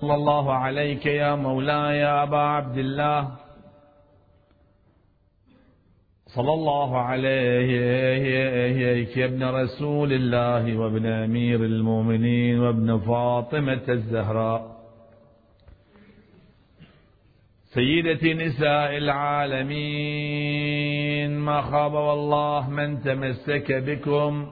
صلى الله عليك يا مولاي يا أبا عبد صلى الله عليك يا ابن رسول الله وابن أمير المؤمنين وابن فاطمة الزهراء سيدتي نساء العالمين. ما خاب والله من تمسك بكم،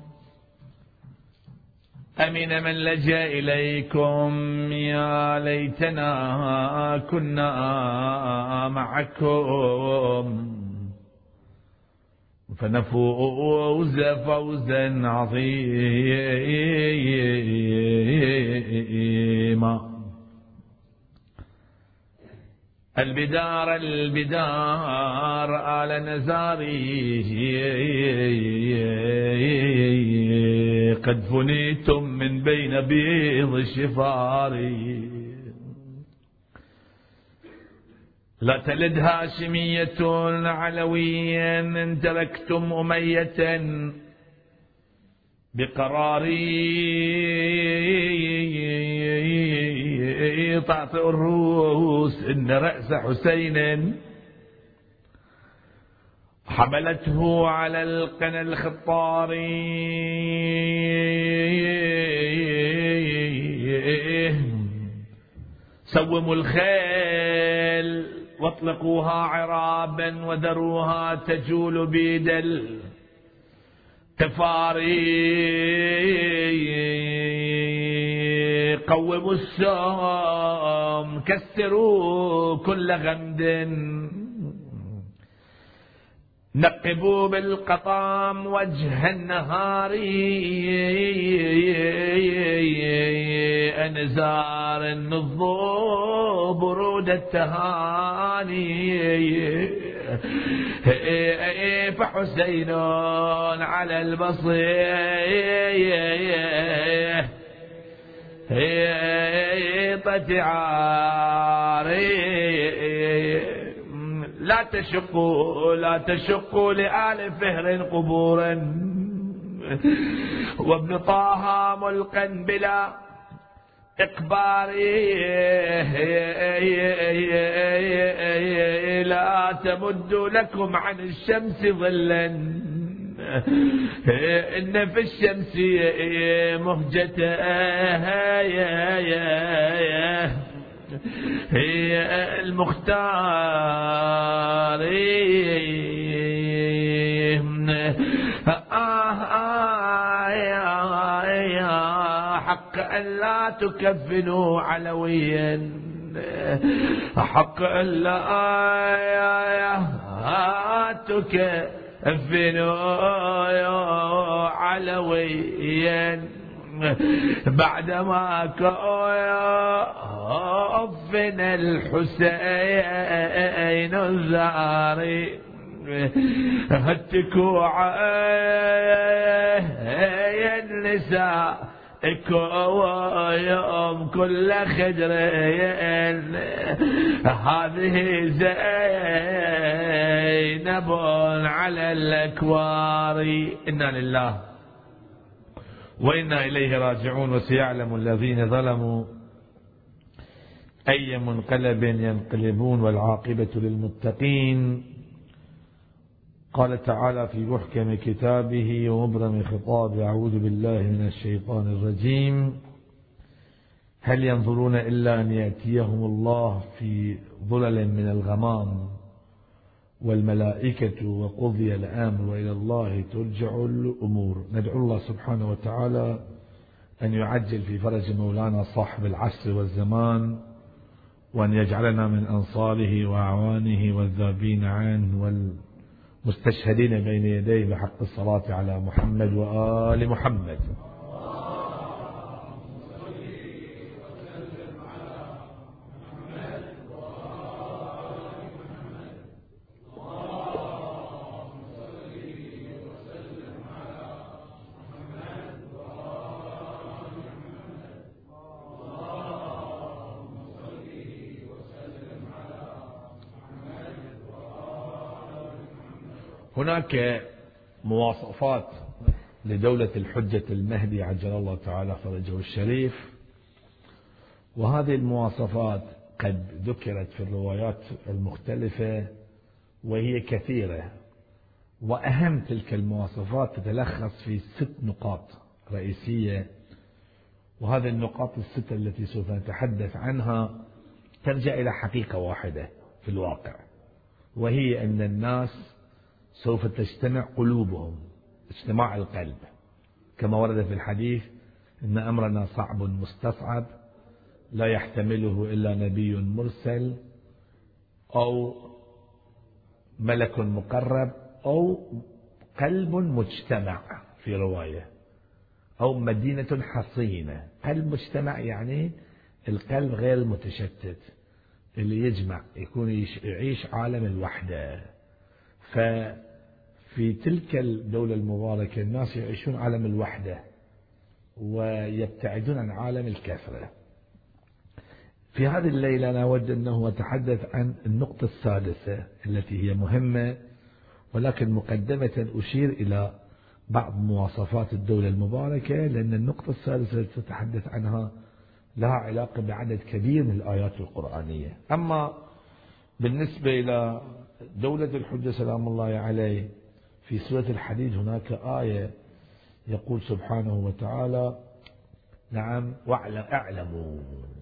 أمن من لجأ إليكم. يا ليتنا كنا معكم فنفوز فوزا عظيما. البدار آل نزاري قد فنيتم من بين بيض الشفار. لا تلد هاشمية علويا إن تركتم أمية بقراري تعطئ الروس إن رأس حسين حملته على القنا الخطاري. سوموا الخيل واطلقوها عرابا وذروها تجول بيد التفاري. قوموا السهم كسروا كل غمد نقبوا بالقطام وجه النهار. أنزار النضو برود التهاني فحسين على البسيط عاري. لا تشقوا لآل فهر قبورا وابن طه ملقا بلا إقبار. لا تمدوا لكم عن الشمس ظلا إن في الشمس مهجة هي المختار. حق أن لا تكفنوا علويا، حق أن لا تكفنوا علويا بعدما كفن الحسين الزاري. هتكوا عين النساء يوم كل خدرين هذه زينب على الأكوار. إنا لله وإنا إليه راجعون. وسيعلم الذين ظلموا أي منقلب ينقلبون والعاقبة للمتقين. قال تعالى في محكم كتابه ومبرم خطابه: أعوذ بالله من الشيطان الرجيم. هل ينظرون إلا أن يأتيهم الله في ظلل من الغمام والملائكة وقضي الأمر وإلى الله ترجع الأمور. ندعو الله سبحانه وتعالى أن يعجل في فرج مولانا صاحب العصر والزمان، وأن يجعلنا من أنصاره وأعوانه والذابين عنه والمستشهدين بين يديه بحق الصلاة على محمد وآل محمد. هناك مواصفات لدولة الحجة المهدي عجل الله تعالى فرجه الشريف، وهذه المواصفات قد ذكرت في الروايات المختلفة وهي كثيرة، وأهم تلك المواصفات تتلخص في 6 نقاط رئيسية، وهذه النقاط ال6 التي سوف نتحدث عنها ترجع إلى حقيقة واحدة في الواقع، وهي أن الناس سوف تجتمع قلوبهم، اجتماع القلب، كما ورد في الحديث: إن أمرنا صعب مستصعب لا يحتمله إلا نبي مرسل أو ملك مقرب أو قلب مجتمع في رواية، أو مدينة حصينة. قلب مجتمع يعني القلب غير المتشتت اللي يجمع، يكون يعيش عالم الوحدة. ففي تلك الدولة المباركة الناس يعيشون عالم الوحدة ويبتعدون عن عالم الكثرة. في هذه الليلة أنا أود أنه أتحدث عن النقطة السادسة التي هي مهمة، ولكن مقدمة أشير إلى بعض مواصفات الدولة المباركة، لأن النقطة السادسة التي تتحدث عنها لها علاقة بعدد كبير من الآيات القرآنية. أما بالنسبة إلى دولة الحجة سلام الله عليه، في سورة الحديد هناك آية يقول سبحانه وتعالى: نعم اعلموا.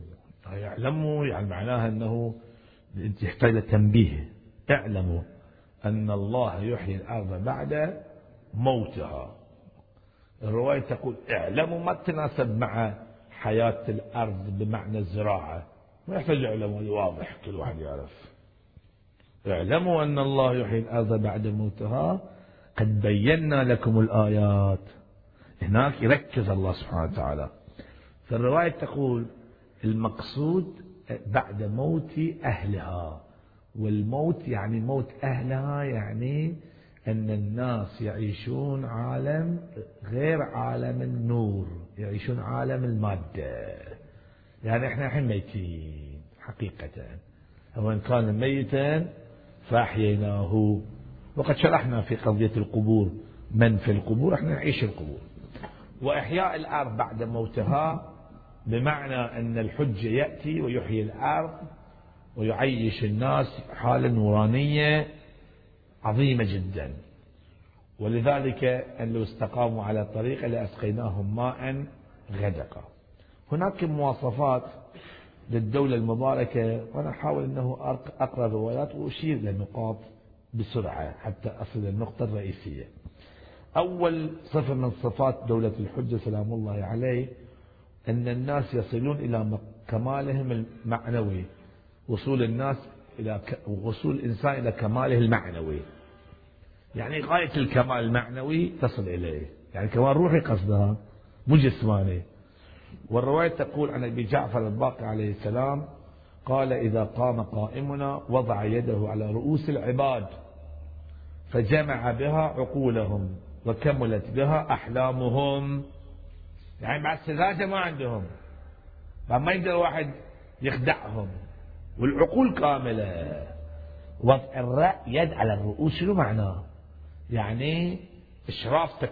يعلموا يعني معناها أنه يحتاج لتنبيه. اعلموا أن الله يحيي الأرض بعد موتها. الرواية تقول اعلموا، ما تناسب مع حياة الأرض بمعنى الزراعة، ما يحتاج اعلموا، واضح كل واحد يعرف. اعلموا أن الله يحيي الأرض بعد موتها قد بينا لكم الآيات. هناك يركز الله سبحانه وتعالى. فالرواية تقول المقصود بعد موت أهلها، والموت يعني موت أهلها يعني أن الناس يعيشون عالم غير عالم النور، يعيشون عالم المادة. يعني احنا الحين ميتين حقيقة، وإن كان ميتا فأحييناه. وقد شرحنا في قضية القبور من في القبور، احنا نعيش القبور. وإحياء الأرض بعد موتها بمعنى أن الحج يأتي ويحيي الأرض ويعيش الناس حالة نورانية عظيمة جدا. ولذلك أن لو استقاموا على الطريق لأسقيناهم ماء غدقا. هناك مواصفات للدولة المباركة، وأنا أحاول أنه أقرأ روايات وأشير لنقاط بسرعة حتى أصل النقطة الرئيسية. أول صفة من صفات دولة الحجة سلام الله عليه أن الناس يصلون إلى كمالهم المعنوي، وصول الإنسان إلى كماله المعنوي، يعني غاية الكمال المعنوي تصل إليه، يعني كمال روحي قصدها مو جسماني. والرواية تقول عن أبي جعفر الباقر عليه السلام قال: إذا قام قائمنا وضع يده على رؤوس العباد فجمع بها عقولهم وكملت بها أحلامهم. يعني بعد سذاجة ما عندهم، بعد ما يقدر واحد يخدعهم، والعقول كاملة. وضع يد على الرؤوس شنو معناه؟ يعني إشراف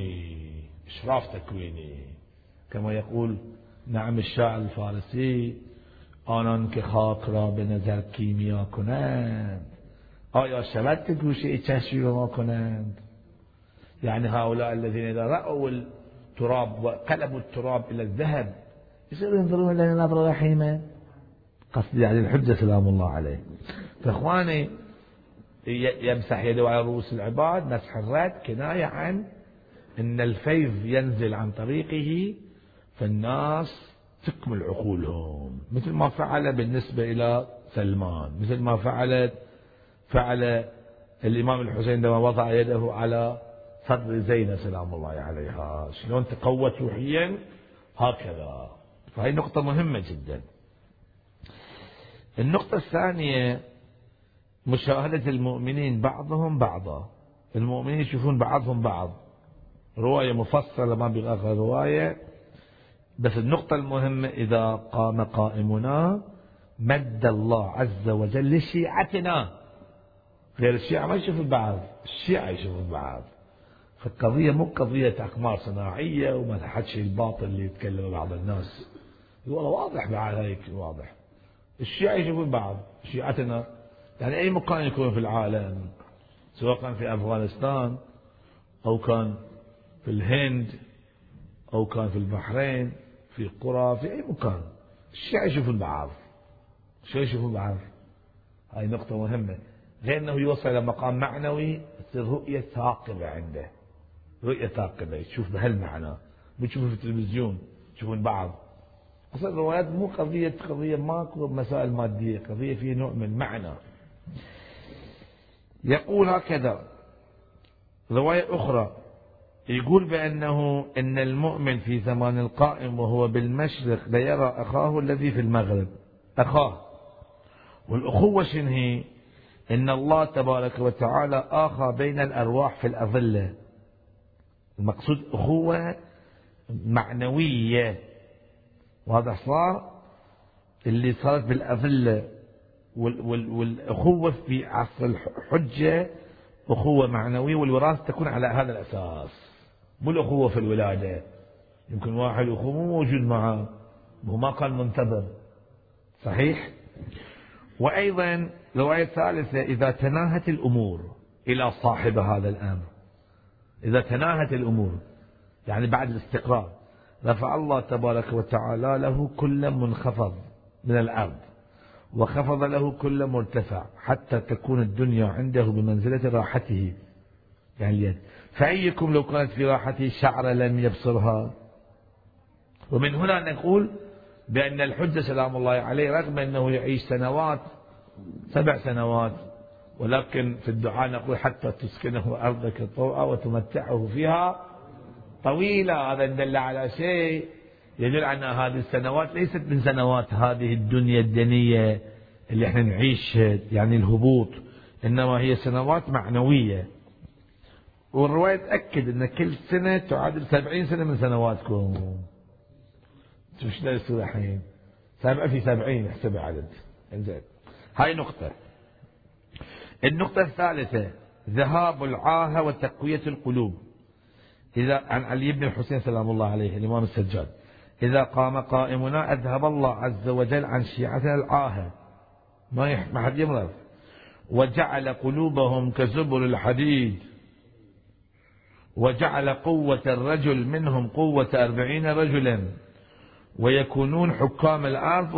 تكويني، كما يقول نعم الشاعر الفارسي: آنان که خاک را به نظر کیمیا کنند آیا شود که گوشه چشمی را ما کنند. يعني هؤلاء الذين إذا رأوا التراب وقلبوا التراب إلى الذهب يصيروا ينظرون إلى نظرة رحيمة. قصدي يعني الحجة سلام الله عليه. فإخواني يمسح يده على رؤوس العباد، مسح الرد كناية عن أن الفيض ينزل عن طريقه فالناس تكمل عقولهم، مثل ما فعل بالنسبة إلى سلمان، مثل ما فعل الإمام الحسين عندما وضع يده على صدر زينب سلام الله عليها، شلون تقوت روحيا هكذا. فهي نقطة مهمة جدا. النقطة الثانية مشاهدة المؤمنين بعضهم بعضا، المؤمنين يشوفون بعضهم بعض. رواية مفصلة ما بغير رواية، بس النقطة المهمة إذا قام قائمنا مد الله عز وجل لشيعتنا. غير الشيعة ما يشوفون بعض، الشيعة يشوفون بعض. فالقضية مو قضية أقمار صناعية وما حدش الباطل اللي يتكلم بعض الناس والله واضح بعد هيك واضح. الشيعة يشوفون بعض شيعتنا يعني أي مكان يكون في العالم، سواء كان في أفغانستان أو كان في الهند أو كان في البحرين، في قرى، في أي مكان الشيعة يشوفون بعض. شو يشوفون بعض؟ هاي نقطة مهمة. غير أنه يوصل إلى مقام معنوي، تصير رؤية ثاقبة عنده، رؤية ثاقبة، تشوف بهالمعنى، بتشوفه في التلفزيون تشوفون بعض. أصلا الروايات مو قضية ماكو مسائل مادية، قضية فيه نوع من معنى. يقول هكذا رواية أخرى، يقول بأنه إن المؤمن في زمان القائم وهو بالمشرق ليرى أخاه الذي في المغرب، أخاه. والأخوة شنهي؟ إن الله تبارك وتعالى آخى بين الأرواح في الأظلة. المقصود أخوة معنوية، وهذا صار اللي صارت بالأظلة. والأخوة في عصر الحجة أخوة معنوية، والوراثة تكون على هذا الأساس، مو الأخوة في الولادة. يمكن واحد أخوه مو موجود معه وما كان منتظر، صحيح. وأيضا رواية ثالثة، إذا تناهت الأمور إلى صاحب هذا الأمر، إذا تناهت الأمور يعني بعد الاستقرار، رفع الله تبارك وتعالى له كل منخفض من الأرض وخفض له كل مرتفع، حتى تكون الدنيا عنده بمنزلة راحته يعني اليد. فأيكم لو كانت في راحته شعر لم يبصرها. ومن هنا نقول بأن الحجة سلام الله عليه رغم أنه يعيش سنوات 7 سنوات، ولكن في الدعاء نقول حتى تسكنه أرضك طوعا وتمتعه فيها طويلة. هذا دل على شيء يدل على أن هذه السنوات ليست من سنوات هذه الدنيا الدنية اللي احنا نعيش يعني الهبوط، إنما هي سنوات معنوية. والرواية تأكد أن كل سنة تعادل 70 سنة من سنواتكم. شو لا يصير الحين 7 في 70 احسب عدد. انزين، هاي نقطة. النقطة الثالثة، ذهاب العاهة وتقوية القلوب. إذا عن علي بن الحسين سلام الله عليه الإمام السجاد، إذا قام قائمنا أذهب الله عز وجل عن شيعتنا العاهة، ما حد يمرض، وجعل قلوبهم كزبر الحديد، وجعل قوة الرجل منهم قوة 40 رجلا، ويكونون حكام الأرض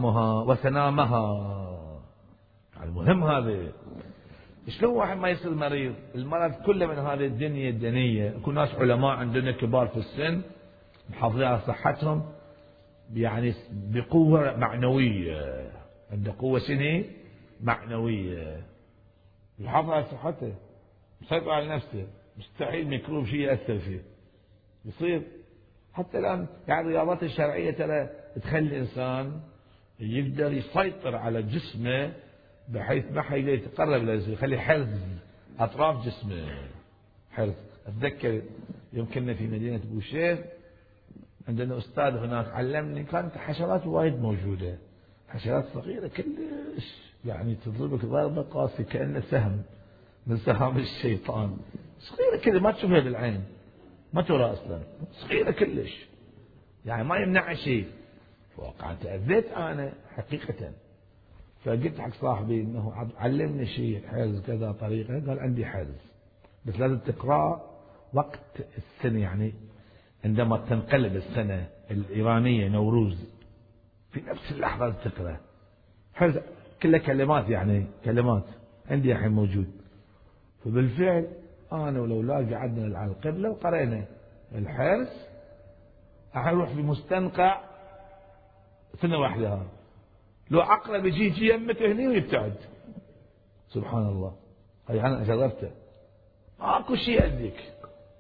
وسنامها. المهم هذا شلون واحد ما يصير مريض؟ المرض كله من هذه الدنيا الدنية. يكون ناس علماء عندنا كبار في السن محافظين على صحتهم يعني بقوة معنوية، عنده قوة سنة معنوية، يحافظ على صحته، يسيطر على نفسه، مستحيل ميكروب شيء يأثر فيه. يصير حتى الآن يعني الرياضات الشرعية ترى تخلي الإنسان يقدر يسيطر على جسمه بحيث ما حيقدر يتقرب له، يخلي حرز أطراف جسمه، حرز. أتذكر يمكننا في مدينة بوشير عندنا أستاذ هناك علمني، كانت حشرات وايد موجودة، حشرات صغيرة كلش يعني تضربك ضربة قاسية كأنه سهم من سهام الشيطان، صغيرة كذا ما تشوفها بالعين، ما ترى أصلا، صغيرة كلش يعني ما يمنع شيء. وقعت تأذيت أنا حقيقة، فقلت حق صاحبي إنه علمني شيء حرز كذا طريقة، قال عندي حرز بس لازم تقرأ وقت السنة، يعني عندما تنقلب السنة الإيرانية نوروز في نفس اللحظة تقرأ حرز كلها كلمات، يعني كلمات عندي الحين موجود. فبالفعل أنا والأولاد قعدنا على القبلة وقرأنا الحرز، أروح في مستنقع سنة واحدة، لو عقرب يجي يمك هني ويبتعد. سبحان الله، هاي أنا جربته، ماكو شيء عندك،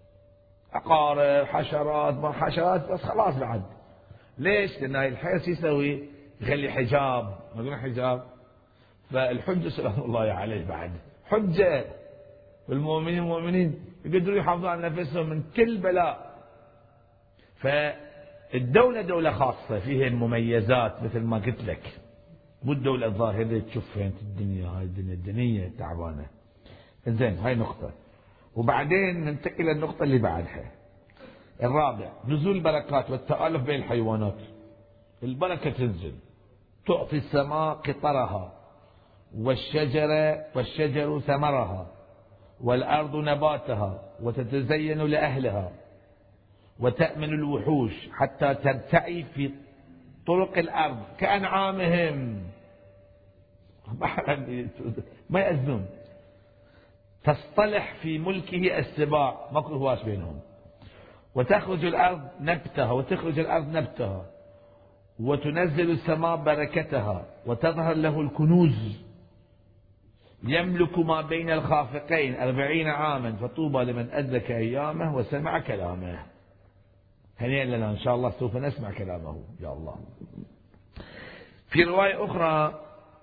عقارب حشرات ما حشرات بس خلاص بعد. ليش؟ لأن هاي الحرز يسوي يخلي حجاب، ما يقولون حجاب. فالحجة سلام الله عليه بعد حجة، والمؤمنين يقدروا يحافظوا على نفسهم من كل بلاء. فالدولة دولة خاصة فيها المميزات مثل ما قلت لك، مو الدولة الظاهرة تشوف انت الدنيا، هاي الدنيا الدنيا تعبانة. زين، هاي نقطة. وبعدين ننتقل للنقطة اللي بعدها، الرابع، نزول البركات والتآلف بين الحيوانات. البركة تنزل، تعطي السماء قطرها، والشجر ثمرها، والأرض نباتها، وتتزين لأهلها، وتأمن الوحوش حتى ترتعي في طرق الأرض كأنعامهم. ما يأذون. تصطلح في ملكه السباع، ماكو هواش بينهم. وتخرج الأرض نبتها، وتنزل السماء بركتها، وتظهر له الكنوز. يملك ما بين الخافقين 40 عاما، فطوبى لمن أدرك أيامه وسمع كلامه. هنيئا لنا إن شاء الله سوف نسمع كلامه يا الله. في رواية أخرى: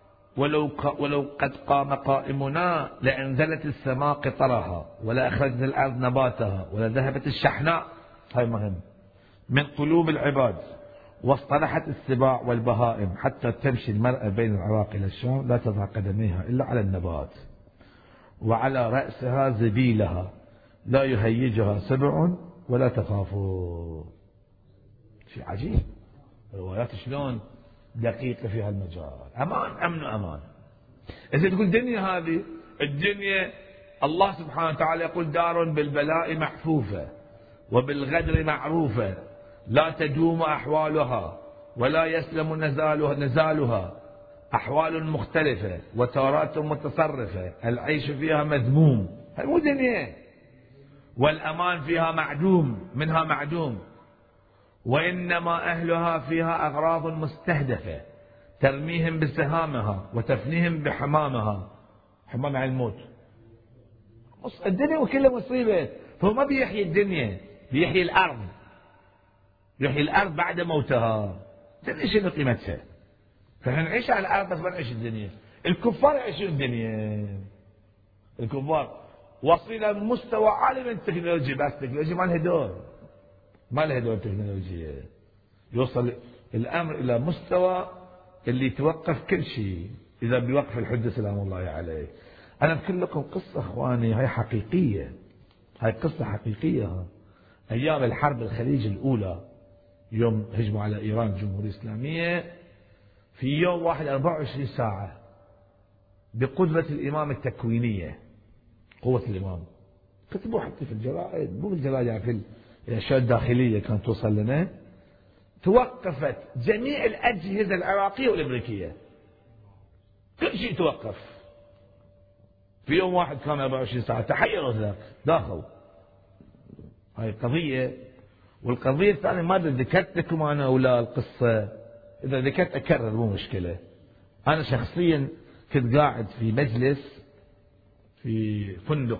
ولو قد قام قائمنا لأنزلت السماء قطرها، ولا أخرجت الأرض نباتها، ولا ذهبت الشحناء، هاي مهم، من قلوب العباد، واصطلحت السباع والبهائم، حتى تمشي المرأة بين العراق إلى الشام لا تضع قدميها إلا على النبات، وعلى رأسها زبيلها، لا يهيجها سبع ولا تخافوا. شيء عجيب، روايات شلون دقيقة في هالمجال. أمان، أمن وأمان. إذا تقول الدنيا هذه الدنيا، الله سبحانه وتعالى يقول: دار بالبلاء محفوفة وبالغدر معروفة، لا تدوم أحوالها ولا يسلم نزالها، أحوال مختلفة وتارات متصرفة، العيش فيها مذموم. هاي مو دنيا. والأمان فيها معدوم، منها معدوم. وإنما أهلها فيها أغراض مستهدفة، ترميهم بسهامها وتفنيهم بحمامها. حمام عن الموت. الدنيا وكلها مصيبة. فهو ما بيحيي الدنيا، بيحيي الأرض. يحيي الأرض بعد موتها. الدنيا شنو قيمتها؟ فإحنا نعيش على الأرض بس ما نعيش الدنيا. الكفار يعيشون الدنيا. الكفار وصل إلى مستوى عالي من التكنولوجيا، بس التكنولوجيا ما لها دور. ما لها دور التكنولوجيا. يوصل الأمر إلى مستوى اللي يتوقف كل شيء إذا بيوقف الحجة سلام الله عليه. أنا بقول لكم قصة إخواني، هاي حقيقية، هاي قصة حقيقية. أيام الحرب الخليج الأولى، يوم هجموا على إيران الجمهورية الإسلامية، في يوم واحد 24 ساعة بقدرة الإمام التكوينية، قوة الإمام. كتبوا حتى في الجرائد، مو بالجرائد يعني في الأشياء الداخلية كانت توصل لنا. توقفت جميع الأجهزة العراقية والأمريكية، كل شيء توقف في يوم واحد. كان 24 ساعة تحيروا ذاك داخل. هاي قضية. والقضية الثانية ما أدري ذكرت لكم أنا ولا القصة، إذا ذكرت أكرر مو مشكلة. أنا شخصيا كنت قاعد في مجلس في فندق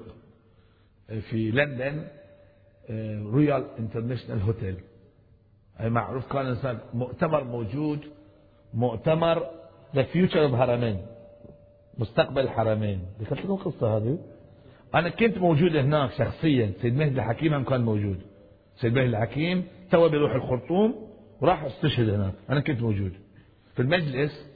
في لندن، رويال انترناشونال هوتيل، أي معروف. كان إنسان مؤتمر موجود، مؤتمر ذا فيوتشر اوف هرمين، مستقبل الحرمين. ذكرت لكم القصة هذه. أنا كنت موجود هناك شخصيا، سيد مهدي الحكيم هم كان موجود. سيد مهدي الحكيم تو بيروح الخرطوم وراح استشهد هناك، أنا كنت موجود في المجلس.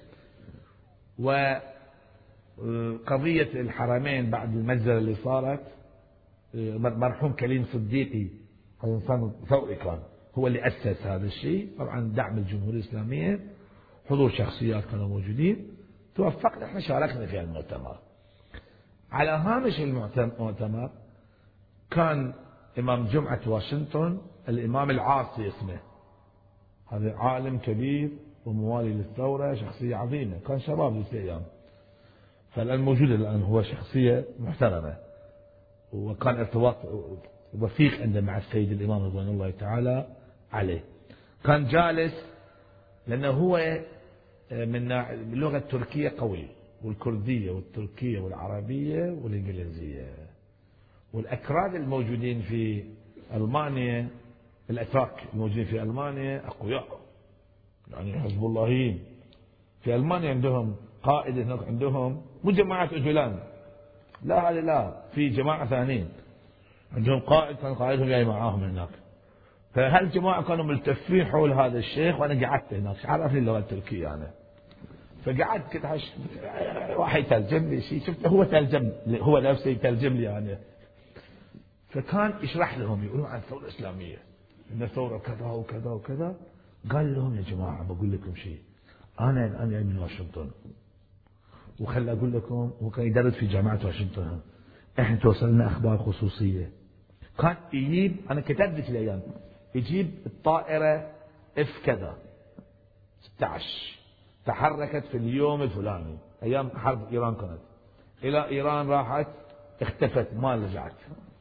وقضية الحرمين بعد المجزرة اللي صارت، مرحوم كليم صديقي هذا إنسان ثوري كان، هو اللي أسس هذا الشيء، طبعا دعم الجمهورية الإسلامية، حضور شخصيات كانوا موجودين. توفقنا احنا، شاركنا في المؤتمر. على هامش المؤتمر كان إمام جمعة واشنطن الإمام العاصي اسمه، هذا عالم كبير وموالي للثورة، شخصية عظيمة، كان شباب ذيك الأيام، فالآن موجود الآن، هو شخصية محترمة، وكان ارتباط وثيق عنده مع السيد الإمام رضوان الله تعالى عليه. كان جالس لأنه هو من اللغة التركية قوي، والكردية والتركية والعربية والإنجليزية. والأكراد الموجودين في ألمانيا، الأتراك الموجودين في ألمانيا أقوياء، يعني حزب اللهيين. في ألمانيا عندهم قائد هناك، عندهم مو جماعة أجولان، لا هذه لا، في جماعة ثانيين عندهم قائد كان قائدهم جاي معاهم هناك. فهالجماعة كانوا ملتفين حول هذا الشيخ، وأنا قعدت هناك، عرفني اللغة التركية أنا. فقعدت كنت واحد يترجم لي شيء، شفت هو ترجم، هو نفسه يترجم لي يعني. فكان يشرح لهم، يقولون عن الثورة الإسلامية، إن الثورة كذا وكذا وكذا. قال لهم يا جماعة بقول لكم شيء، أنا جاي من واشنطن، وخلي أقول لكم هو كان يدرس في جامعة واشنطن، إحنا توصلنا أخبار خصوصية. كان يجيب، أنا كتبت لك الأيام، يجيب الطائرة اف كذا 16 تحركت في اليوم الفلاني أيام حرب إيران، كانت إلى إيران راحت اختفت ما رجعت.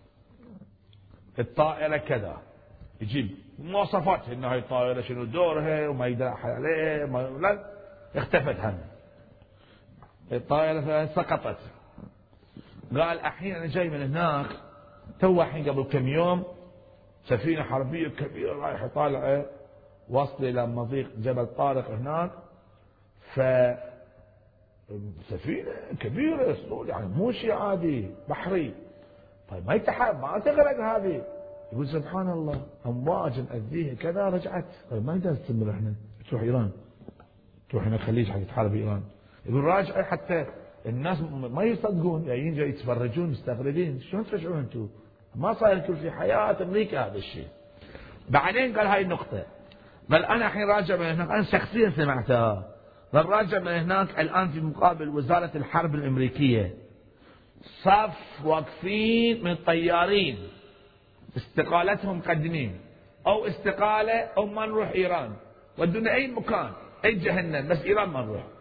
الطائرة كذا، يجيب مواصفات إن هاي الطائرة شنو دورها وما يقدر أحد عليه، لا اختفت هم. الطائرة سقطت. قال الحين أنا جاي من هناك، تو الحين قبل كم يوم سفينة حربية كبيرة رايحة طالعة واصلة إلى مضيق جبل طارق هناك، ف سفينة كبيرة يعني مو شيء عادي بحري، طيب ما يتحرك ما تغرق هذه. يقول سبحان الله أمواج مأذيها كذا رجعت، طيب ما يقدر تستمر، احنا تروح إيران، تروح هنا الخليج حق تحارب إيران. يقول راجع حتى الناس ما يصدقون، جايين جاي يتفرجون مستغربين، شلون ترجعون انتم؟ ما صاير كل في حياة أمريكا هذا الشيء. بعدين قال هاي النقطة، قال أنا الحين راجع من هناك، أنا شخصيا سمعتها، قال راجع من هناك الآن في مقابل وزارة الحرب الأمريكية صف واقفين من الطيارين استقالتهم مقدمين، أو استقالة أو ما نروح إيران، ودونا أي مكان أي جهنم بس إيران ما نروح.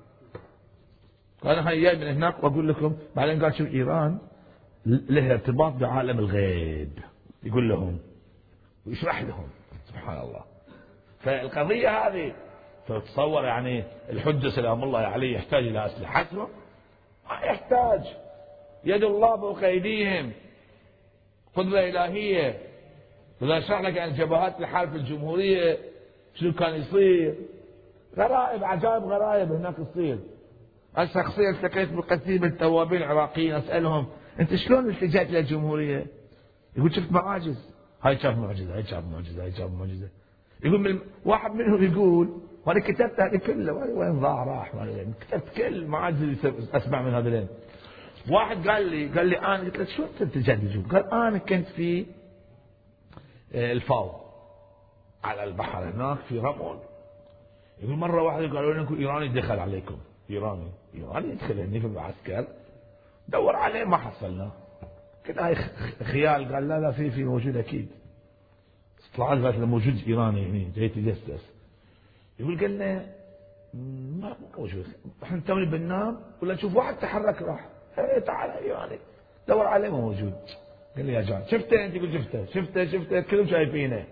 أنا هاي جاي من هناك وأقول لكم. بعدين قال شوف إيران لها ارتباط بعالم الغيب، يقول لهم ويشرح لهم سبحان الله. فالقضية هذه تتصور يعني الحجة سلام الله عليه يحتاج إلى أسلحتهم؟ ما يحتاج، يد الله فوق أيديهم، قدرة إلهية. وإذا شرح لك عن جبهات الحرب الجمهورية شنو كان يصير، غرائب عجائب غرائب هناك تصير. أنا شخصيا التقيت بكثير من التوابين العراقيين أسألهم أنت شلون التجأت إلى الجمهورية؟ يقول شفت معاجز، هاي شاف معجزة، هاي شاف معجزة، هاي شاف معجزة. يقول واحد منهم يقول وأنا كتبت هذه كلها وين ضاع راح، كتبت كل معاجز اللي أسمع من هذين. واحد قال لي أنا، قلت له شو أنت اتجهت للجمهورية؟ قال أنا كنت في الفاو على البحر هناك في رمل. يقول مرة واحدة قالوا لكم إيراني دخل عليكم، إيراني يدخل هني في العسكر، دور عليه ما حصلنا، كده هاي خيال. قال لا في موجود أكيد، طلعت قالت له موجود إيراني هني جاي يتجسس. يقول قلنا ما موجود، احنا توني بننام ولا نشوف واحد تحرك راح، تعال إيراني دور عليه ما موجود. قال لي يا جان شفته أنت؟ يقول شفته كلهم شايفينه.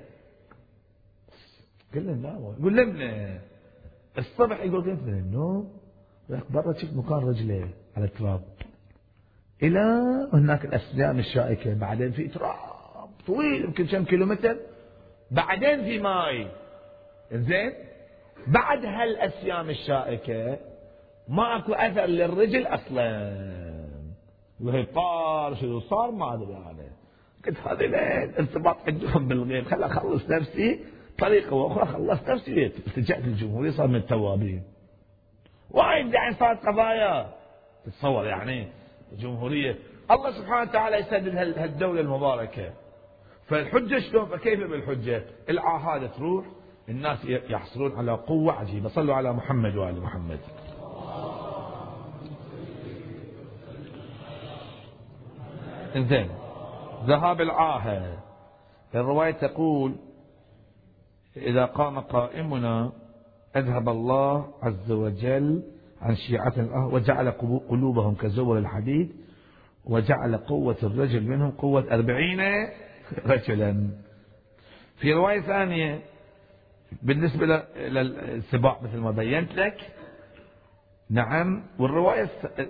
قلنا لا، يقول لمنا الصبح، يقول قمت من النوم رحت برا شفت مكان رجله على التراب، الى هناك الاسلام الشائكه، بعدين في تراب طويل يمكن كم كيلومتر، بعدين في ماي. زين بعد هالاسيام الشائكه ما اكو اثر للرجل اصلا، وهي طار شنو صار ما ادري انا. قلت هذه لين ارتباط عندهم بالغيب، خل اخلص نفسي طريقه واخرى، خلصت نفسي التجأت للجمهوريه صار من التوابين. وايد يعني صارت قضايا تتصور يعني الجمهوريه الله سبحانه وتعالى يسدد هالدوله المباركه. فالحجه شلون؟ فكيف بالحجه؟ العاهات تروح، الناس يحصلون على قوه عجيبه. صلوا على محمد وآل محمد. انزين ذهاب العاهه، الروايه تقول إذا قام قائمنا أذهب الله عز وجل عن شيعة وجعل قلوبهم كزور الحديد، وجعل قوة الرجل منهم قوة 40 رجلا. في رواية ثانية بالنسبة للسباع مثل ما بينت لك، نعم. والرواية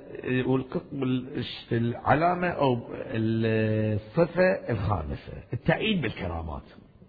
العلامة أو الصفة الخامسة التأييد بالكرامات،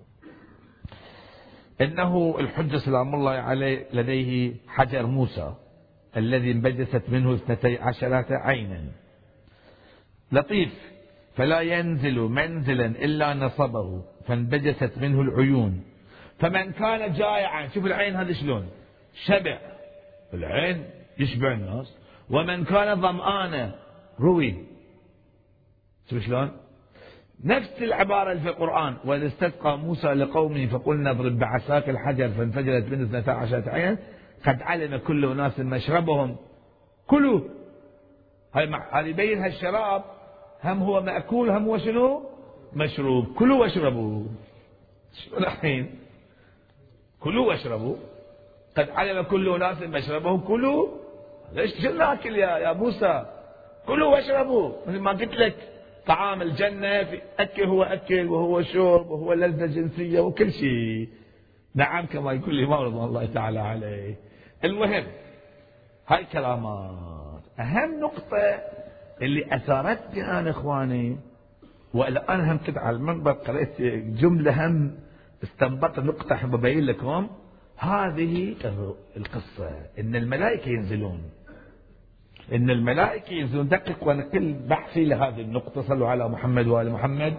إنه الحجة سلام الله عليه لديه حجر موسى الذي انبجست منه 12 عينا، لطيف فلا ينزل منزلا إلا نصبه فانبجست منه العيون، فمن كان جائعا، شوف العين هذا شلون شبع، العين يشبع الناس، ومن كان ظمآنا روي، شوف شلون نفس العبارة اللي في القرآن: وإذ استسقى موسى لقومه فقلنا اضرب بعصاك الحجر فانفجرت منه 12 عين قد علم كل أناس مشربهم كلوا. هذا يبين هالشراب هم هو مأكول هم هو شنو؟ مشروب. كلوا واشربوا. شنو الحين؟ كلوا واشربوا. قد علم كل أناس مشربهم كلوا. ليش شو ناكل يا موسى؟ كلوا واشربوا. مثل ما قلت لك طعام الجنة في أكل، هو أكل وهو شرب وهو لذة جنسية وكل شيء. نعم كما يقول الإمام رضوان الله تعالى عليه. المهم هاي كلامات. أهم نقطة اللي أثارتني أنا إخواني، وإلا أنا هم كنت على المنبر قرأت جملة هم استنبطت نقطة أحب أبين لكم. هذه القصة إن الملائكة ينزلون، إن الملائكة ينزلون. دقق وأنا كل بحثي لهذه النقطة. صلوا على محمد وآل محمد.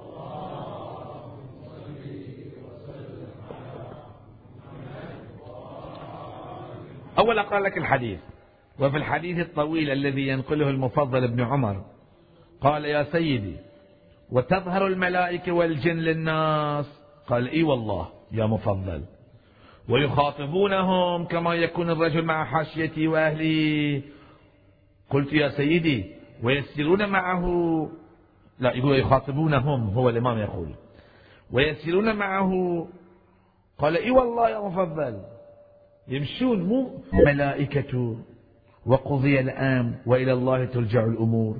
أول أقرأ لك الحديث. وفي الحديث الطويل الذي ينقله المفضل ابن عمر قال: يا سيدي وتظهر الملائكة والجن للناس؟ قال: إي والله يا مفضل. ويخاطبونهم كما يكون الرجل مع حاشيته وأهله. قلت: يا سيدي ويسيرون معه؟ لا، يقول يخاطبونهم، هو الإمام يقول ويسيرون معه. قال: إي والله يا مفضل. يمشون مو ملائكة وقضي الأمر وإلى الله ترجع الأمور.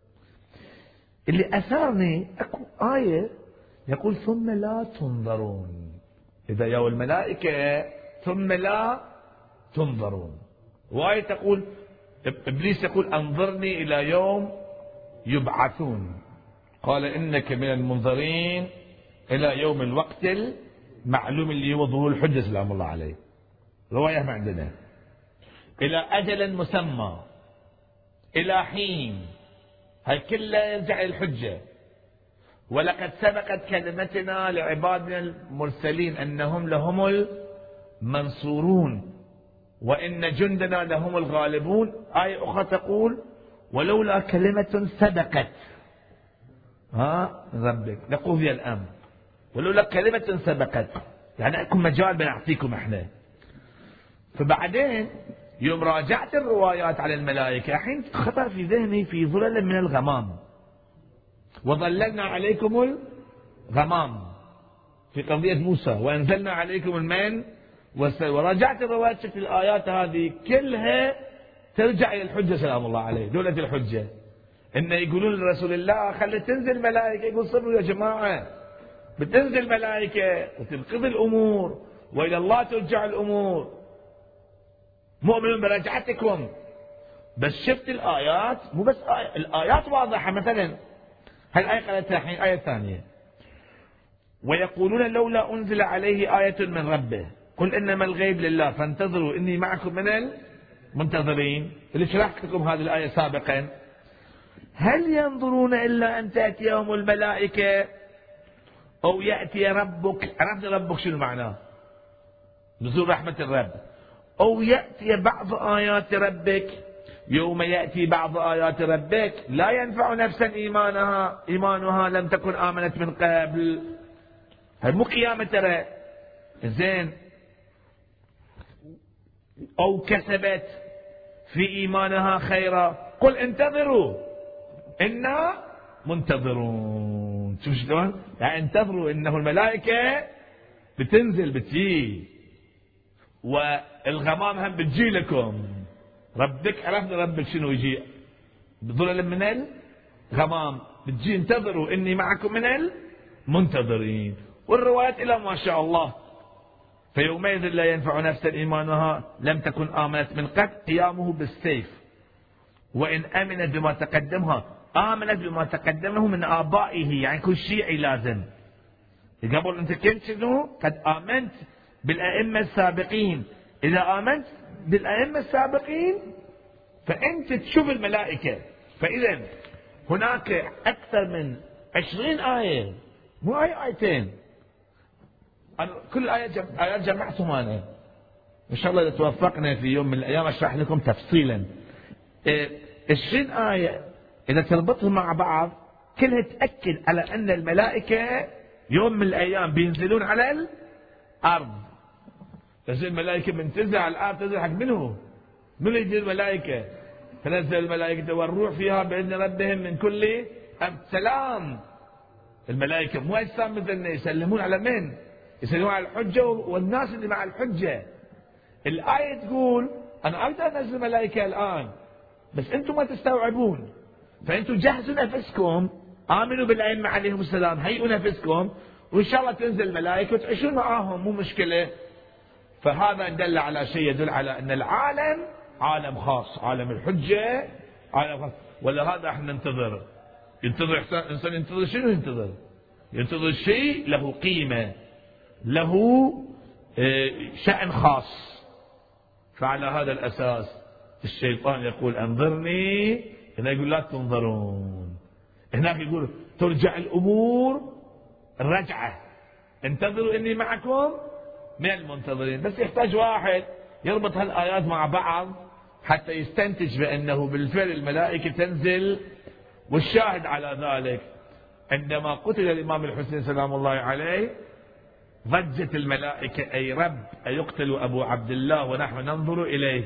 اللي أثارني أكو آية يقول: ثم لا تنظرون. إذا يا الملائكة ثم لا تنظرون. وآية تقول إبليس يقول: أنظرني إلى يوم يبعثون. قال: إنك من المنظرين إلى يوم الوقت المعلوم اللي هو ظهور الحجة سلام الله عليه. رواية ما عندنا. إلى أجل مسمى، إلى حين. هاي كلها يرجع للحجة. ولقد سبقت كلمتنا لعبادنا المرسلين أنهم لهم المنصورون وإن جندنا لهم الغالبون. آية أخرى تقول: ولولا كلمة سبقت من ربك لقضي الأمر. ولولا كلمة سبقت يعني أكون مجال بنعطيكم احنا. فبعدين يوم راجعت الروايات على الملائكة الحين خطر في ذهني: في ظلل من الغمام وظللنا عليكم الغمام في قضية موسى وأنزلنا عليكم المن وراجعت الروايات، شفت الآيات هذه كلها ترجع إلى الحجة سلام الله عليه. دولة الحجة إن يقولون لرسول الله: خلي تنزل ملائكة. يقول: صبروا يا جماعة، بتنزل ملائكة وتنقضي الأمور وإلى الله ترجع الأمور، مؤمن برجعتكم. بس شفت الآيات مو بس آية، الآيات واضحة. مثلا هالآية قالتها الحين آية ثانية: ويقولون لولا أنزل عليه آية من ربه قل إنما الغيب لله فانتظروا إني معكم من المنتظرين. اللي شرحت لكم هذه الآية سابقا. هل ينظرون إلا أن تأتيهم الملائكة أو يأتي ربك؟ عرفنا ربك شنو معناه؟ نزول رحمة الرب. أو يأتي بعض آيات ربك. يوم يأتي بعض آيات ربك لا ينفع نفسا إيمانها لم تكن آمنت من قبل. هاي مو قيامة ترى. زين. أو كسبت في إيمانها خيرا قل انتظروا إنا منتظرون. شوف شلون؟ يعني انتظروا إنه الملائكة بتنزل بتجي والغمام هم بتجي لكم. ربك عرفنا ربك شنو يجي بظلل من الغمام بتجي. انتظروا إني معكم من المنتظرين. والروايات إلى ما شاء الله. فيومئذ لا ينفع نفسا إيمانها لم تكن آمنت من قبل قيامه بالسيف وإن أمنت بما تقدمها آمنت بما تقدمه من آبائه. يعني كل شيعي لازم قبل أنت كنت شنو؟ قد آمنت بالأئمة السابقين. إذا آمنت بالأئمة السابقين فأنت تشوف الملائكة. فإذا هناك أكثر من 20 آية، مو آيتين. أنا كل آيات جمعتهم أنا. إن شاء الله إذا توفقنا في يوم من الأيام أشرح لكم تفصيلا. 20 آية إذا تربطهم مع بعض كلها تأكد على أن الملائكة يوم من الأيام بينزلون على الأرض. بس الملائكة من تنزل على الأرض تنزل حق منه؟ من يجي الملائكة؟ تنزل الملائكة والروح فيها بإذن ربهم من كل سلام. الملائكة مو أجسام مثلنا، يسلمون على من؟ يسلمون على الحجة والناس اللي مع الحجة. الآية تقول أنا أقدر أنزل ملائكة الآن، بس أنتم ما تستوعبون، فأنتم جهزوا نفسكم، آمنوا بالأئمة عليهم السلام، هيئوا نفسكم، وإن شاء الله تنزل الملائكة وتعيشون معاهم، مو مشكلة. فهذا دل على شيء يدل على أن العالم عالم خاص، عالم الحجة عالم خاص. ولهذا احنا ننتظر، ينتظر الإنسان ينتظر شنو؟ ينتظر شيء له قيمة، له شأن خاص. فعلى هذا الأساس الشيطان يقول أنظرني، هنا يقول لا تنظرون، هناك يقول ترجع الأمور الرجعة، انتظروا إني معكم من المنتظرين. بس يحتاج واحد يربط هالآيات مع بعض حتى يستنتج بأنه بالفعل الملائكة تنزل. والشاهد على ذلك عندما قتل الإمام الحسين سلام الله عليه ضجت الملائكة أي رب أيقتل أبو عبد الله ونحن ننظر إليه،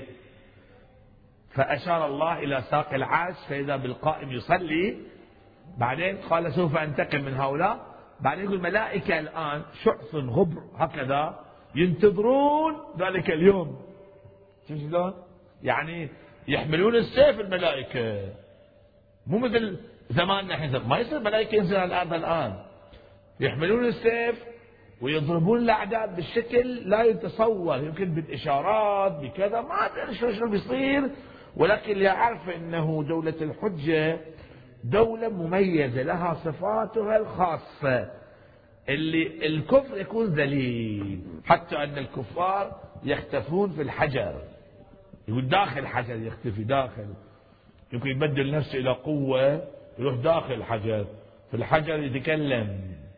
فأشار الله إلى ساق العاش فإذا بالقائم يصلي. بعدين قال سوف أنتقم من هؤلاء. بعدين يقول الملائكة الآن شعث غبر هكذا ينتظرون ذلك اليوم. شلون؟ يعني يحملون السيف الملائكة، مو مثل زماننا احنا، ما يصير ملائكة ينزل على الأرض الآن، يحملون السيف ويضربون الأعداء بالشكل لا يتصور، يمكن بالإشارات بكذا، ما أدري شنو بيصير. ولكن يعرف أنه دولة الحجة دولة مميزة لها صفاتها الخاصة، اللي الكفر يكون ذليل، حتى أن الكفار يختفون في الحجر، يقول داخل الحجر يختفي داخل، يمكن يبدل نفسه إلى قوة يروح داخل الحجر، في الحجر يتكلم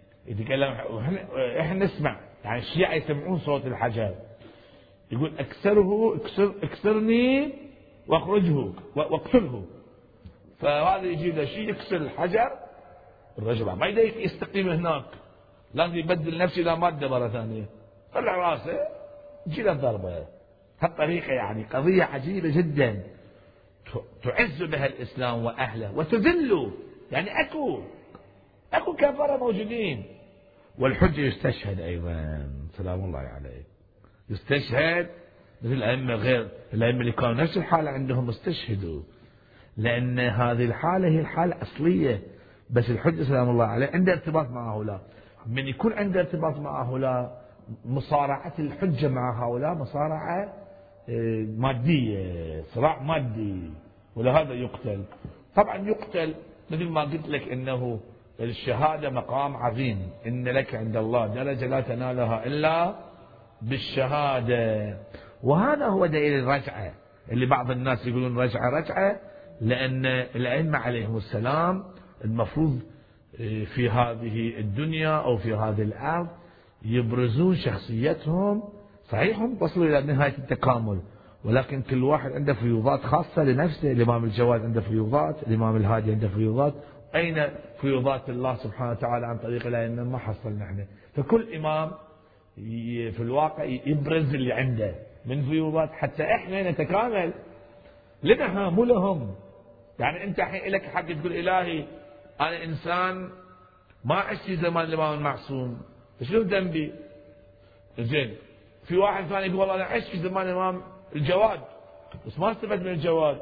احنا نسمع، يعني الشيعة يسمعون صوت الحجر، يقول اكسرني واخرجه واقتله. فهذا يجي له شيء يكسر الحجر، الرجل ما يقدر يستقيم هناك، لازم يبدل نفسه الى ماده مره ثانيه، طلع راسه يجي له ضربه. هالطريقه يعني قضيه عجيبه جدا تعز بها الاسلام واهله وتذله. يعني اكو كفره موجودين. والحجه يستشهد ايضا سلام الله عليه، يستشهد مثل الائمه، غير الائمه اللي كانوا نفس الحاله عندهم استشهدوا، لأن هذه الحالة هي الحالة الأصلية. بس الحجة سلام الله عليه عنده ارتباط مع هؤلاء، من يكون عنده ارتباط مع هؤلاء مصارعة الحجة مع هؤلاء مصارعة مادية، صراع مادي، ولهذا يقتل. طبعا يقتل مثل ما قلت لك أنه الشهادة مقام عظيم، إن لك عند الله درجة لا تنالها إلا بالشهادة. وهذا هو دليل الرجعة، اللي بعض الناس يقولون رجعة، لأن الأئمة عليهم السلام المفروض في هذه الدنيا أو في هذه الأرض يبرزون شخصيتهم. صحيح هم وصلوا إلى نهاية التكامل، ولكن كل واحد عنده فيوضات خاصة لنفسه. الإمام الجواد عنده فيوضات، الإمام الهادي عنده فيوضات. أين فيوضات الله سبحانه وتعالى عن طريق الأئمة؟ ما حصلنا احنا. فكل إمام في الواقع يبرز اللي عنده من فيوضات حتى احنا نتكامل لنا، مو لهم. يعني انت الحين لك حق تقول الهي انا انسان ما عشت في زمان الامام المعصوم، شنو ذنبي؟ زين في واحد ثاني يقول والله انا عشت في زمان الامام الجواد بس ما استفدت من الجواد.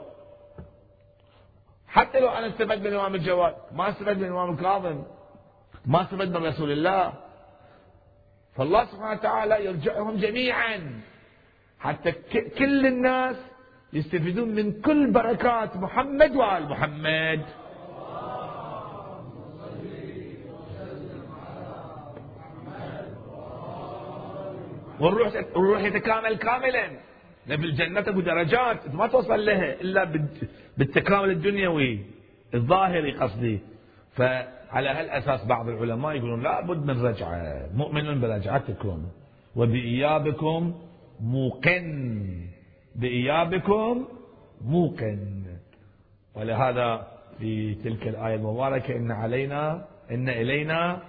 حتى لو انا استفدت من الامام الجواد ما استفدت من الامام الكاظم، ما استفدت من رسول الله. فالله سبحانه وتعالى يرجعهم جميعا حتى كل الناس يستفيدون من كل بركات محمد وآل محمد. والروح يتكامل كاملا. في الجنة اكو درجات ما توصل لها الا بالتكامل الدنيوي الظاهري قصدي. فعلى هالاساس بعض العلماء يقولون لا بد من رجعه، مؤمن برجعتكم وبإيابكم موقن، بإيابكم موقن. ولهذا في تلك الآية المباركة إن إلينا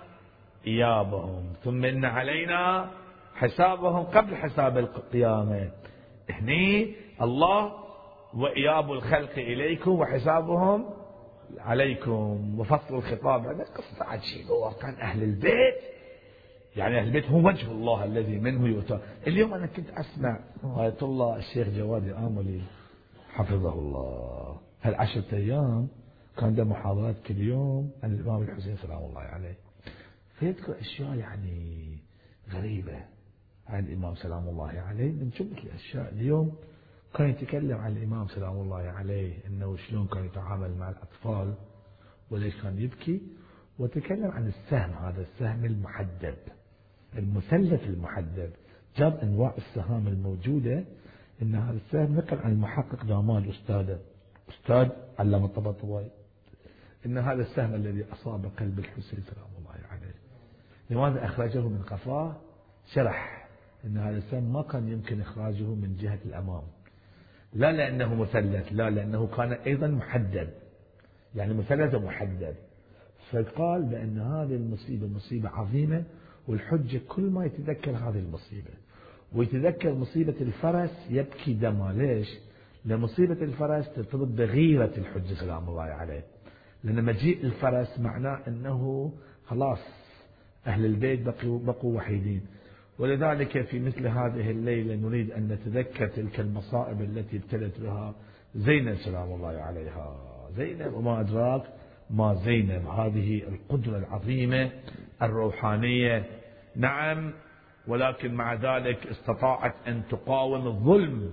إيابهم ثم إن علينا حسابهم قبل حساب القيامة. هني الله وإياب الخلق إليكم وحسابهم عليكم، وفصل الخطاب. هذا قصة عجيبة. كان أهل البيت، يعني أهل البيت هو وجه الله الذي منه يؤتى. اليوم أنا كنت أسمع آية الله الشيخ جواد الآملي حفظه الله هالعشرة أيام كان ده محاضرات كل يوم عن الإمام الحسين سلام الله عليه، فيذكر أشياء يعني غريبة عن الإمام سلام الله عليه. من جملة الأشياء اليوم كان يتكلم عن الإمام سلام الله عليه إنه شلون كان يتعامل مع الأطفال وليش كان يبكي، وتكلم عن السهم، هذا السهم المحدب، المثلث المحدب، جاب أنواع السهام الموجودة. إن هذا السهم نقل عن المحقق جمال أستاذ علامة الطباطبائي إن هذا السهم الذي أصاب قلب الحسين سلام الله عليه لماذا أخرجه من قفاه؟ شرح إن هذا السهم ما كان يمكن إخراجه من جهة الأمام، لا لأنه مثلث، لا لأنه كان أيضا محدد، يعني مثلث محدد. فقال بأن هذه المصيبة مصيبة عظيمة، والحجة كل ما يتذكر هذه المصيبة ويتذكر مصيبة الفرس يبكي دما. ليش؟ لأن مصيبة الفرس ترتبط بغيرة الحجة سلام الله عليه، لأن مجيء الفرس معناه أنه خلاص أهل البيت بقوا وحيدين. ولذلك في مثل هذه الليلة نريد أن نتذكر تلك المصائب التي ابتلت بها زينب سلام الله عليها. زينب وما أدراك ما زينب، هذه القدرة العظيمة الروحانية. نعم، ولكن مع ذلك استطاعت أن تقاوم الظلم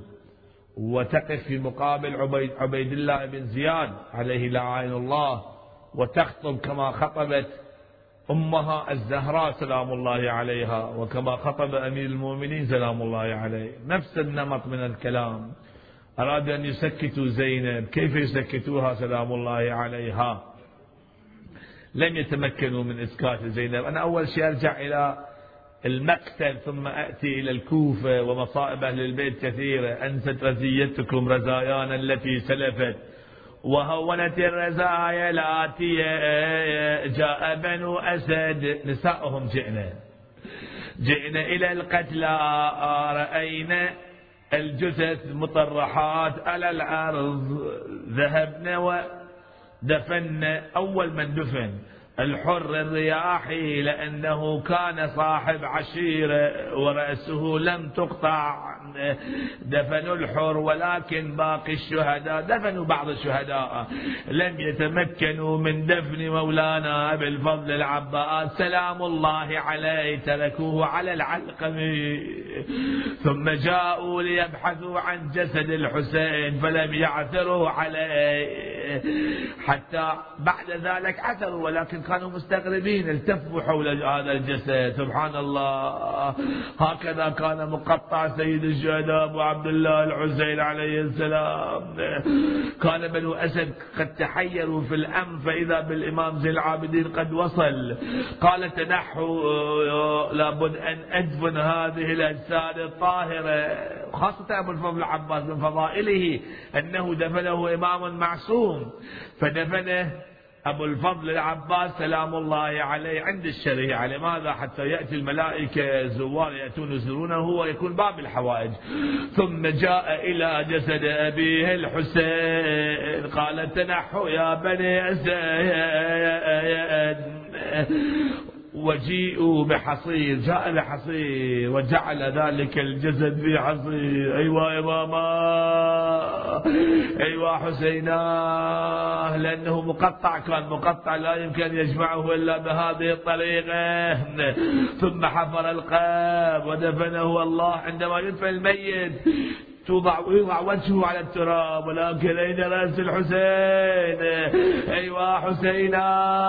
وتقف في مقابل عبيد الله بن زياد عليه لعائن الله، وتخطب كما خطبت أمها الزهراء سلام الله عليها، وكما خطب أمير المؤمنين سلام الله عليه. نفس النمط من الكلام. أراد أن يسكتوا زينب، كيف يسكتوها سلام الله عليها؟ لم يتمكنوا من إسكات زينب. أنا أول شيء أرجع إلى المقتل ثم أتي إلى الكوفة ومصائب أهل البيت كثيرة. أنست رزيتكم رزايانا التي سلفت وهونت الرزايا الآتية، جاء بنو أسد نساؤهم جئنا إلى القتلى، رأينا الجثث مطرحات على الأرض، ذهبنا ودفنا. أول من دفن الحر الرياحي لأنه كان صاحب عشيرة ورأسه لم تقطع، دفنوا الحر. ولكن باقي الشهداء دفنوا بعض الشهداء، لم يتمكنوا من دفن مولانا أبي الفضل العباس سلام الله عليه، تركوه على العلقم. ثم جاءوا ليبحثوا عن جسد الحسين فلم يعثروا عليه، حتى بعد ذلك عثروا ولكن كانوا مستغربين، التفوا حول هذا الجسد. سبحان الله، هكذا كان مقطع سيد الشهداء أبو عبد الله الحسين عليه السلام. كان بنو أسد قد تحيروا في الأمر، فإذا بالإمام زين العابدين قد وصل. قال تنحوا، لابد أن أدفن هذه الأجساد الطاهرة. خاصة أبو الفضل العباس من فضائله أنه دفنه إمام معصوم، فدفنه أبو الفضل العباس سلام الله عليه عند الشريعة. لماذا؟ حتى يأتي الملائكة زوار يأتون يزورونه ويكون باب الحوائج. ثم جاء إلى جسد أبيه الحسين، قال تنحوا يا بني أسد، وجيئوا بحصير. جاء بحصير وجعل ذلك الجسد في حصير. أيوة إماما، أيوة حسينا، لأنه مقطع، كان مقطع لا يمكن يجمعه إلا بهذه الطريقة. ثم حفر القبر ودفنه. الله عندما يدفن الميت ويضع وجهه على التراب، ولكن أين رأس الحسين؟ أيوة حسينا،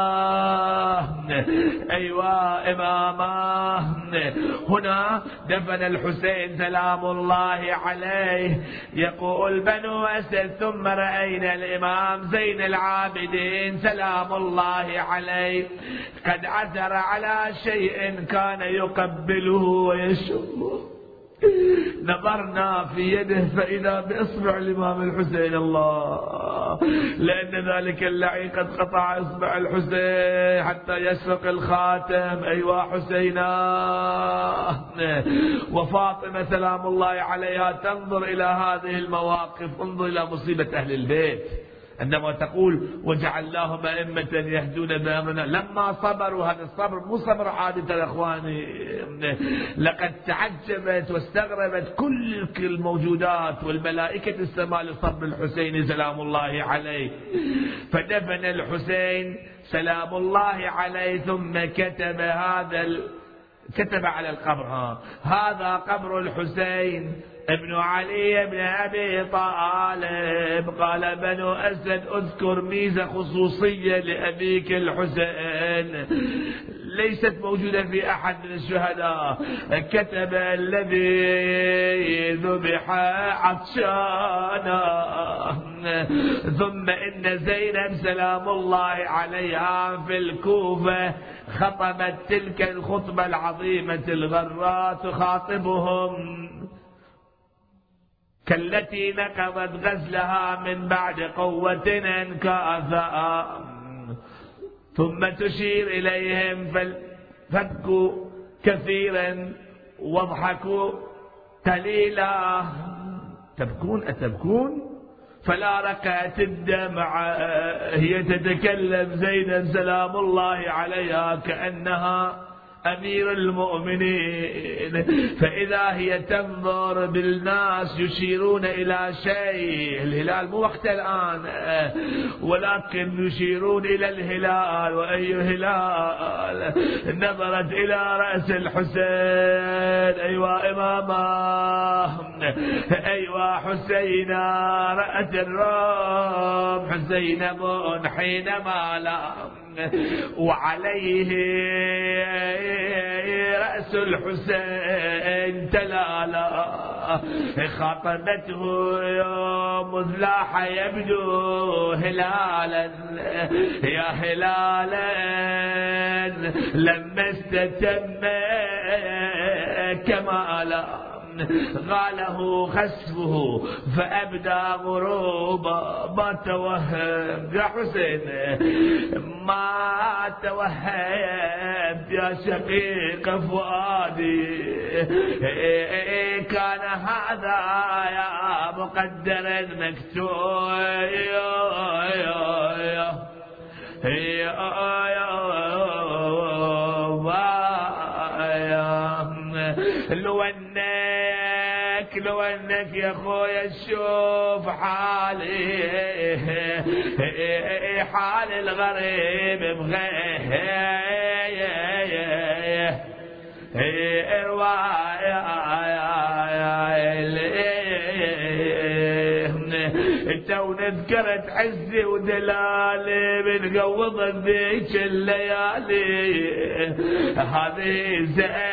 أيوة إماما. هنا دفن الحسين سلام الله عليه. يقول بنو أسد ثم رأينا الإمام زين العابدين سلام الله عليه قد عثر على شيء كان يقبله ويشمه. نظرنا في يده فإذا بإصبع الإمام الحسين. الله، لأن ذلك اللعين قد قطع إصبع الحسين حتى يسرق الخاتم. أيوا حسينا. وفاطمة سلام الله عليها تنظر إلى هذه المواقف. انظر إلى مصيبة أهل البيت عندما تقول وجعلناهم أئمة يهدون بأمرنا. لما صبروا، هذا الصبر مو صبر عادة يا إخواني، لقد تعجبت واستغربت كل الموجودات والملائكة السماء لصبر الحسين سلام الله عليه. فدفن الحسين سلام الله عليه، ثم كتب على القبر هذا قبر الحسين ابن علي بن أبي طالب. قال بنو أسد اذكر ميزة خصوصية لأبيك الحسين ليست موجودة في أحد من الشهداء. كتب الذي ذبح عطشانا. ثم إن زينب سلام الله عليها في الكوفة خطبت تلك الخطبة العظيمة الغراء تخاطبهم كالتي نقضت غزلها من بعد قوة أنكاثا. ثم تشير إليهم فبكوا كثيرا واضحكوا قليلا. تبكون أتبكون؟ فلا ركعت الدمع. هي تتكلم زينب سلام الله عليها كأنها أمير المؤمنين، فإذا هي تنظر بالناس يشيرون إلى شيء. الهلال مو وقت الآن، ولكن يشيرون إلى الهلال. وأي هلال؟ نظرت إلى رأس الحسين. أيوا إماما، أيوا حسينا. رأت الرب حسين حينما لام وعليه رأس الحسين تلالا. خاطبته مذ لاح يبدو هلالا يا هلالا لما استتم كمالا. غاله خسفه فأبدى غروبا. ما توهم يا حسين، ما توهمت يا شقيق فؤادي. كان هذا يا مقدر مكتوب. لو انك يا خويا تشوف حالي، حال الغريب بغير رواية. تو ذكرت عزي ودلالي بنقوض ذيك الليالي. هذه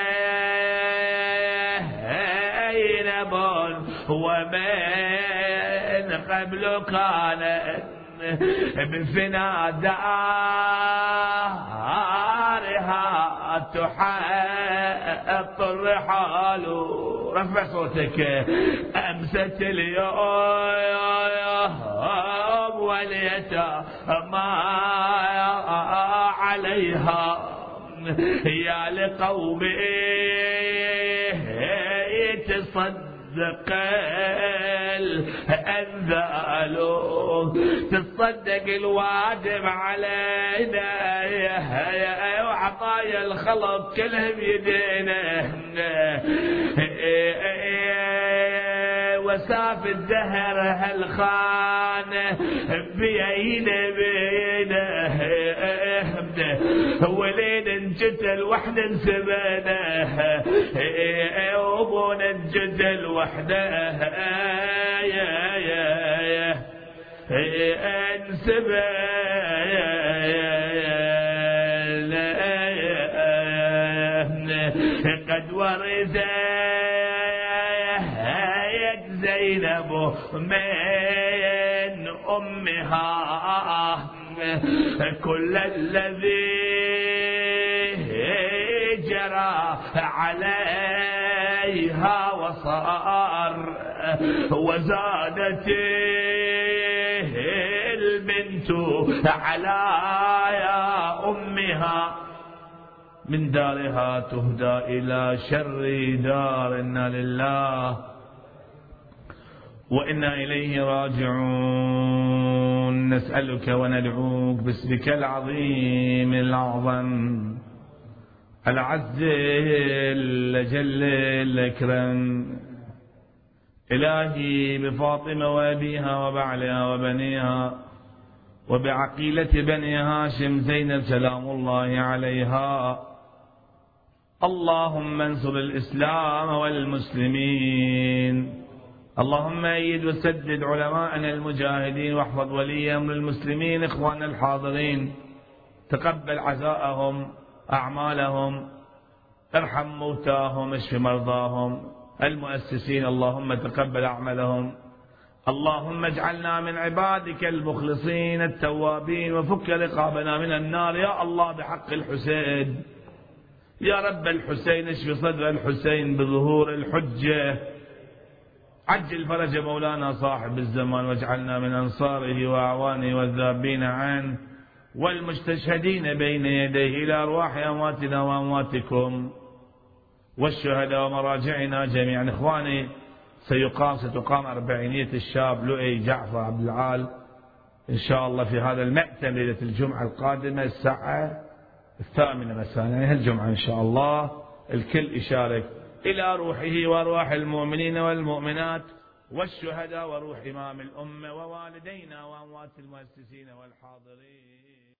زينب ومن قبل كانت بفنا دارها تحط الرحال. رفع صوتك. أمست اليوم واليتامى عليها يا لقومي تصدق الأنذال. تصدق الواجب علينا وعطايا الخلق كلهم يدينا. وساف الدهر هالخانة بينا ولين انجتل وحده انسبنا. وابونا انجتل وحده انسبنا. قد ورثت زينب من أمها كل الذي جرى عليها عليها وصار وزادت البنت على يا أمها من دارها تهدى إلى شر دار. إنا لله وإنا إليه راجعون. نسألك وندعوك باسمك العظيم الأعظم العز الجل الأكرم إلهي بفاطمة وأبيها وبعلها وبنيها وبعقيلة بني هاشم زينب سلام الله عليها، اللهم انصر الإسلام والمسلمين، اللهم أيد وسدد علماءنا المجاهدين واحفظ ولي أمر المسلمين إخواننا الحاضرين، تقبل عزاءهم أعمالهم، ارحم موتاهم، اشف مرضاهم، المؤسسين اللهم تقبل أعمالهم، اللهم اجعلنا من عبادك المخلصين التوابين وفك رقابنا من النار يا الله بحق الحسين يا رب الحسين، اشف صدر الحسين بظهور الحجة، عجل فرج مولانا صاحب الزمان واجعلنا من أنصاره وأعوانه والذابين عنه والمستشهدين بين يديه إلى أرواح أمواتنا وأمواتكم والشهداء ومراجعنا جميعا. إخواني ستقام أربعينية الشاب لؤي جعفر عبد العال إن شاء الله في هذا المأتم ليلة الجمعة القادمة الساعة 8 مساء، يعني هالجمعة إن شاء الله الكل يشارك، إلى روحه وأرواح المؤمنين والمؤمنات والشهداء وروح إمام الأمة ووالدينا وأموات المؤسسين والحاضرين.